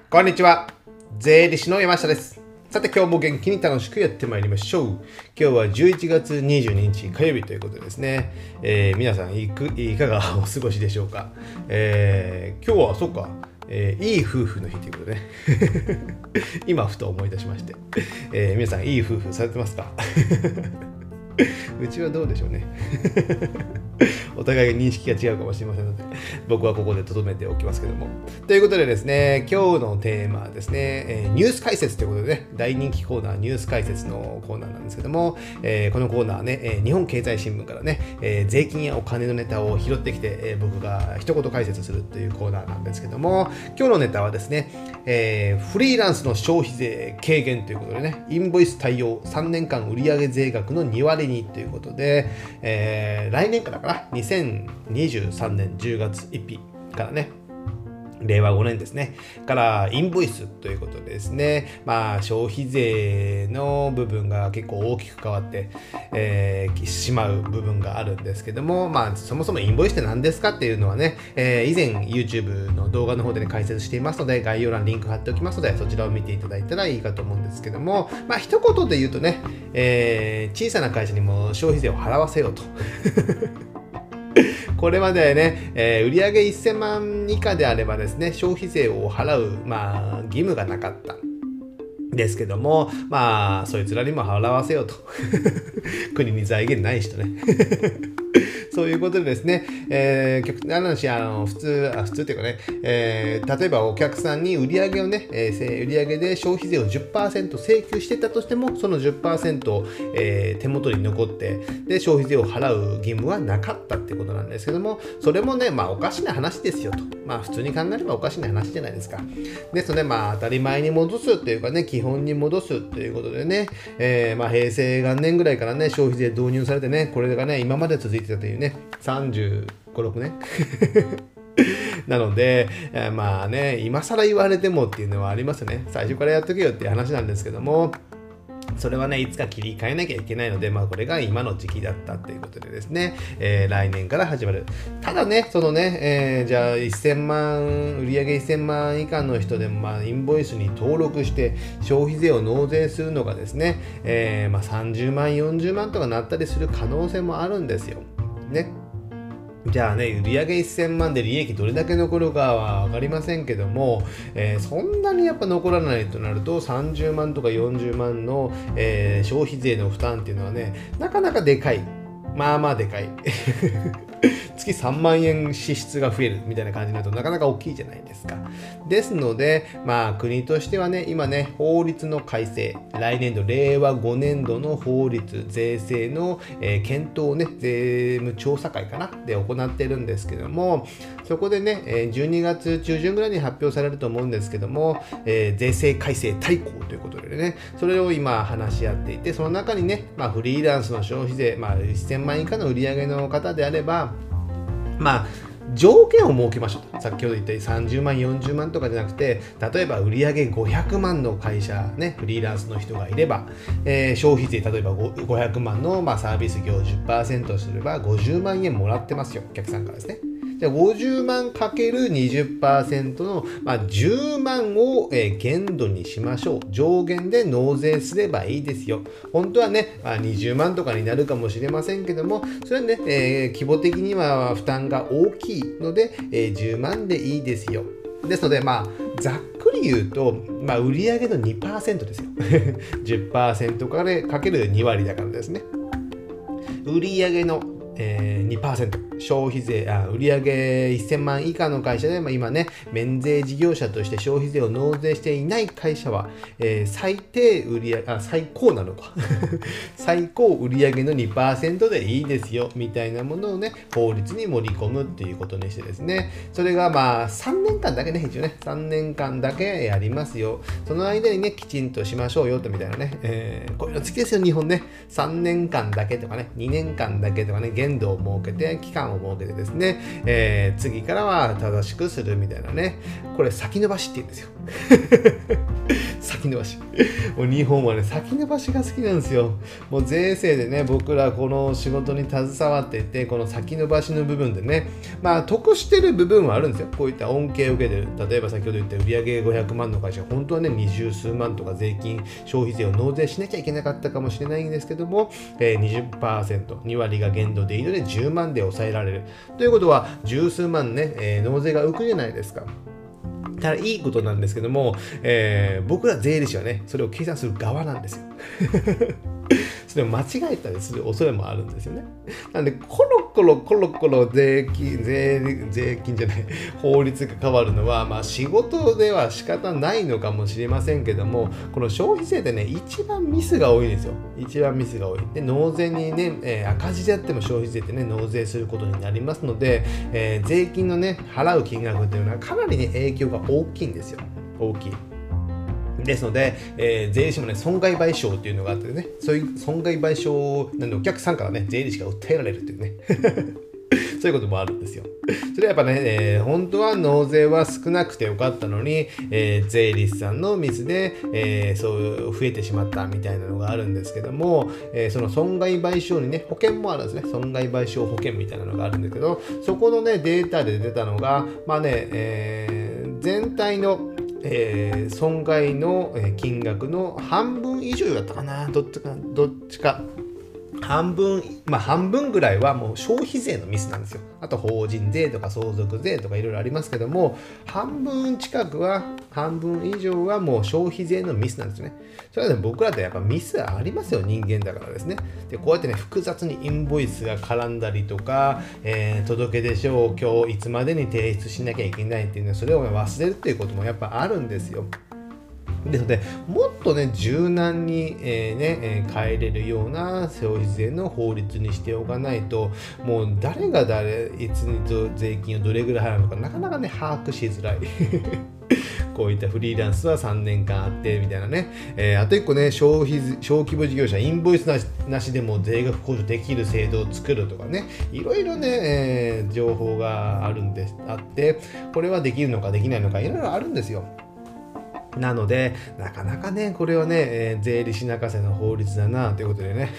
こんにちは。税理士の山下です。さて今日も元気に楽しくやってまいりましょう。今日は11月22日火曜日ということでですね、皆さんいかがお過ごしでしょうか。今日はそうか、いい夫婦の日ということでね今ふと思い出しまして、皆さんいい夫婦されてますかうちはどうでしょうねお互い認識が違うかもしれませんので、僕はここで留めておきますけども。ということでですね、今日のテーマはですね、ニュース解説ということでね、大人気コーナー、ニュース解説のコーナーなんですけども、このコーナーはね、日本経済新聞からね、税金やお金のネタを拾ってきて、僕が一言解説するというコーナーなんですけども、今日のネタはですね、フリーランスの消費税軽減ということでね、インボイス対応3年間売上税額の2割にということで、来年からかな、2023年10月1日からね、令和5年ですね、からインボイスということでですね、消費税の部分が結構大きく変わって、しまう部分があるんですけども、そもそもインボイスって何ですかっていうのはね、以前 YouTube の動画の方で、ね、解説していますので、概要欄リンク貼っておきますので、そちらを見ていただいたらいいかと思うんですけども、一言で言うとね、小さな会社にも消費税を払わせようと。これまでね、売上1000万以下であればですね、消費税を払う、義務がなかった。ですけども、そいつらにも払わせようと。国に財源ない人ね。そういうことでですね、極端な話、普通っていうかね、例えばお客さんに売上をね、売上で消費税を 10% 請求してたとしても、その 10% 手元に残って、で、消費税を払う義務はなかったってことなんですけども、それもね、おかしな話ですよと。普通に考えればおかしな話じゃないですか。ですので、当たり前に戻すっていうかね、基本に戻すということでね、平成元年ぐらいからね、消費税導入されてね、これがね、今まで続いてたというね、35、6年なので、今更言われてもっていうのはありますよね。最初からやっとけよっていう話なんですけども、それはね、いつか切り替えなきゃいけないので、これが今の時期だったっていうことでですね、来年から始まる。ただね、そのね、じゃあ1000万、売上1000万以下の人でも、インボイスに登録して消費税を納税するのがですね、30万、40万とかなったりする可能性もあるんですよ。ね。じゃあね、売上1000万で利益どれだけ残るかは分かりませんけども、そんなにやっぱ残らないとなると30万とか40万の、消費税の負担っていうのはね、なかなかでかい。でかい。月3万円支出が増えるみたいな感じになるとなかなか大きいじゃないですか。ですので、国としてはね、今ね、法律の改正、来年度、令和5年度の法律、税制の、検討をね、税務調査会かなで行っているんですけども、そこでね、12月中旬ぐらいに発表されると思うんですけども、税制改正大綱ということでね、それを今話し合っていて、その中にね、フリーランスの消費税、1000万以下の売上の方であれば、条件を設けましょうと。先ほど言ったように30万、40万とかじゃなくて、例えば売上500万の会社、ね、フリーランスの人がいれば、消費税、例えば500万のサービス業 10% すれば50万円もらってますよ、お客さんからですね。じゃあ50万かける 20% の、10万を、限度にしましょう。上限で納税すればいいですよ。本当はね、20万とかになるかもしれませんけども、それはね、規模的には負担が大きいので、10万でいいですよ。ですので、ざっくり言うと、売上の 2% ですよ。10% かける2割だからですね。売上の2%、消費税、売上1000万以下の会社で、今ね、免税事業者として消費税を納税していない会社は、最高なのか。最高売上の 2% でいいですよ、みたいなものをね、法律に盛り込むっていうことにしてですね、それが3年間だけね、一応ね、3年間だけやりますよ。その間にね、きちんとしましょうよ、とみたいなね、こういうの好きですよ、日本ね。3年間だけとかね、2年間だけとかね、限度を設けて、期間を設けてですね、次からは正しくするみたいなね、これ先延ばしって言うんですよ。先先延ばし。もう日本はね、先延ばしが好きなんですよ。もう税制でね、僕らこの仕事に携わっていて、この先延ばしの部分でね、得してる部分はあるんですよ。こういった恩恵を受けてる。例えば先ほど言った売上500万の会社、本当はね、20数万とか税金、消費税を納税しなきゃいけなかったかもしれないんですけども、20%、2割が限度でいいので10万で抑えられる。ということは、十数万ね、納税が浮くじゃないですか。ただいいことなんですけども、僕ら税理士はね、それを計算する側なんですよ。それを間違えたりする恐れもあるんですよね。なんで、コロコロ税金じゃない、法律が変わるのは、仕事では仕方ないのかもしれませんけども、この消費税でね、一番ミスが多いんですよ。一番ミスが多い。で、納税にね、赤字であっても消費税ってね、納税することになりますので、税金のね、払う金額っていうのはかなりね、影響が大きいんですよ。大きい。ですので、税理士もね、損害賠償っていうのがあってね、そういう損害賠償なんでお客さんからね、税理士が訴えられるっていうね、そういうこともあるんですよ。それはやっぱね、本当は納税は少なくてよかったのに、税理士さんのミスで、そう増えてしまったみたいなのがあるんですけども、その損害賠償にね、保険もあるんですね。損害賠償保険みたいなのがあるんだけど、そこのね、データで出たのが、全体の損害の金額の半分以上だったかな、どっちか半分ぐらいはもう消費税のミスなんですよ。あと法人税とか相続税とかいろいろありますけども、半分以上はもう消費税のミスなんですね。それはね、僕らってやっぱミスありますよ、人間だからですね。で、こうやってね、複雑にインボイスが絡んだりとか、届出書を今日いつまでに提出しなきゃいけないっていうのは、それを忘れるっていうこともやっぱあるんですよ。ですので、もっとね、柔軟に、変えれるような消費税の法律にしておかないと、もう誰がいつに税金をどれぐらい払うのか、なかなかね、把握しづらい。こういったフリーランスは3年間あってみたいなね、あと1個ね、小規模事業者、インボイスなしでも税額控除できる制度を作るとかね、いろいろね、情報があって、これはできるのかできないのか、いろいろあるんですよ。なので、なかなかね、これはね、税理士泣かせの法律だなということでね。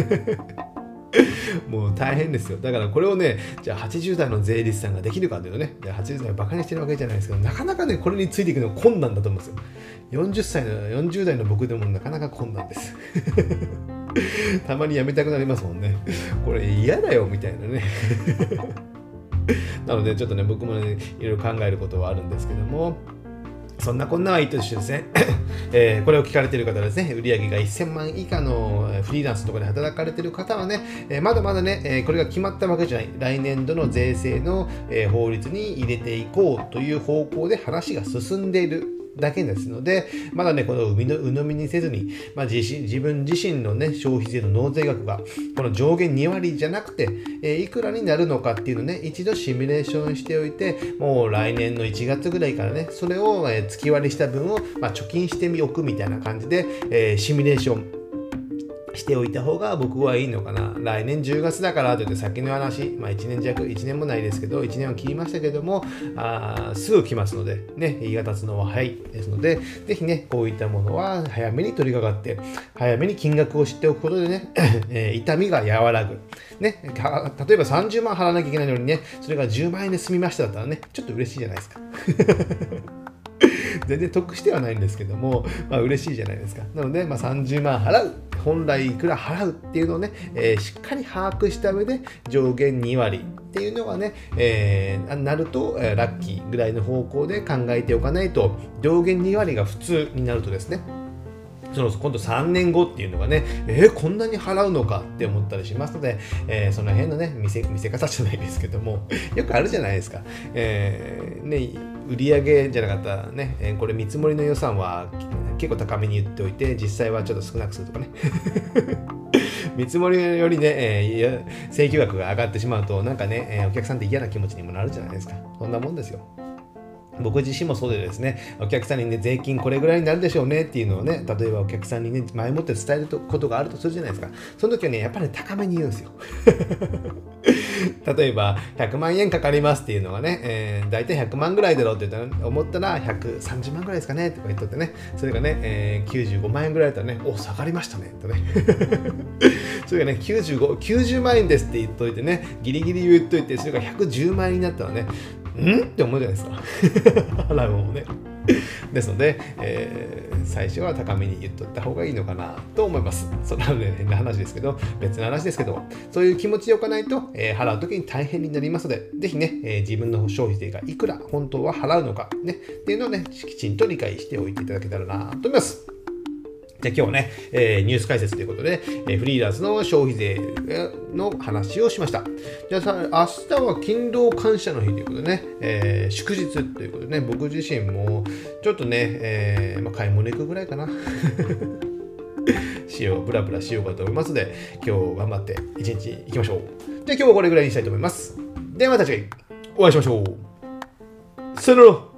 もう大変ですよ。だからこれをね、じゃあ80代の税理士さんができるかというとね、80代をバカにしてるわけじゃないですけど、なかなかね、これについていくの困難だと思うんですよ。40代の僕でもなかなか困難です。たまにやめたくなりますもんね。これ嫌だよみたいなね。なのでちょっとね、僕もね、いろいろ考えることはあるんですけども、そんなこんなはいいとしてですね、これを聞かれている方ですね、売上が1000万以下のフリーランスとかで働かれている方はね、まだまだね、これが決まったわけじゃない、来年度の税制の法律に入れていこうという方向で話が進んでいるだけですので、まだね、この鵜呑みにせずに、自分自身のね、消費税の納税額が、この上限2割じゃなくて、いくらになるのかっていうのをね、一度シミュレーションしておいて、もう来年の1月ぐらいからね、それを月割りした分を、貯金しておくみたいな感じで、シミュレーションしておいた方が僕はいいのかな。来年10月だからといって先の話、1年弱、1年もないですけど、1年は切りましたけども、すぐ来ますので、ね、日が経つのは早いですので、ぜひね、こういったものは早めに取り掛かって、早めに金額を知っておくことでね、痛みが和らぐ。ね、例えば30万払わなきゃいけないのにね、それが10万円で済みましただったらね、ちょっと嬉しいじゃないですか。全然得してはないんですけども、嬉しいじゃないですか。なので、30万払う。本来いくら払うっていうのをね、しっかり把握した上で上限2割っていうのがね、なるとラッキーぐらいの方向で考えておかないと、上限2割が普通になるとですね、今度3年後っていうのがね、こんなに払うのかって思ったりしますので、その辺のね、見せ方じゃないですけども、よくあるじゃないですか。売上じゃなかったらね、これ見積もりの予算は結構高めに言っておいて、実際はちょっと少なくするとかね。見積もりよりね、請求額が上がってしまうと、なんかね、お客さんって嫌な気持ちにもなるじゃないですか。そんなもんですよ。 僕自身もそうでですね、お客さんにね、税金これぐらいになるでしょうねっていうのをね、例えばお客さんにね、前もって伝えることがあるとするじゃないですか。その時はね、やっぱり高めに言うんですよ。例えば、100万円かかりますっていうのがね、大体100万ぐらいだろうって思ったら、130万ぐらいですかねとか言っとってね、それがね、95万円ぐらいだったらね、お、下がりましたねとね。それがね、90万円ですって言っといてね、ギリギリ言っといて、それが110万円になったらね、って思うじゃないですか。払うもんね。ですので、最初は高めに言っとった方がいいのかなと思います。それはね、変な話ですけど、別の話ですけど、そういう気持ちでおかないと、払うときに大変になりますので、ぜひね、自分の消費税がいくら本当は払うのか、ね、っていうのをね、きちんと理解しておいていただけたらなと思います。で今日はね、ニュース解説ということで、フリーランスの消費税の話をしました。じゃあさ、明日は勤労感謝の日ということでね、祝日ということでね、僕自身もちょっとね、買い物行くぐらいかな。ブラブラしようかと思いますので、今日頑張って一日行きましょう。じゃあ今日はこれぐらいにしたいと思います。ではまた次回お会いしましょう。さよなら。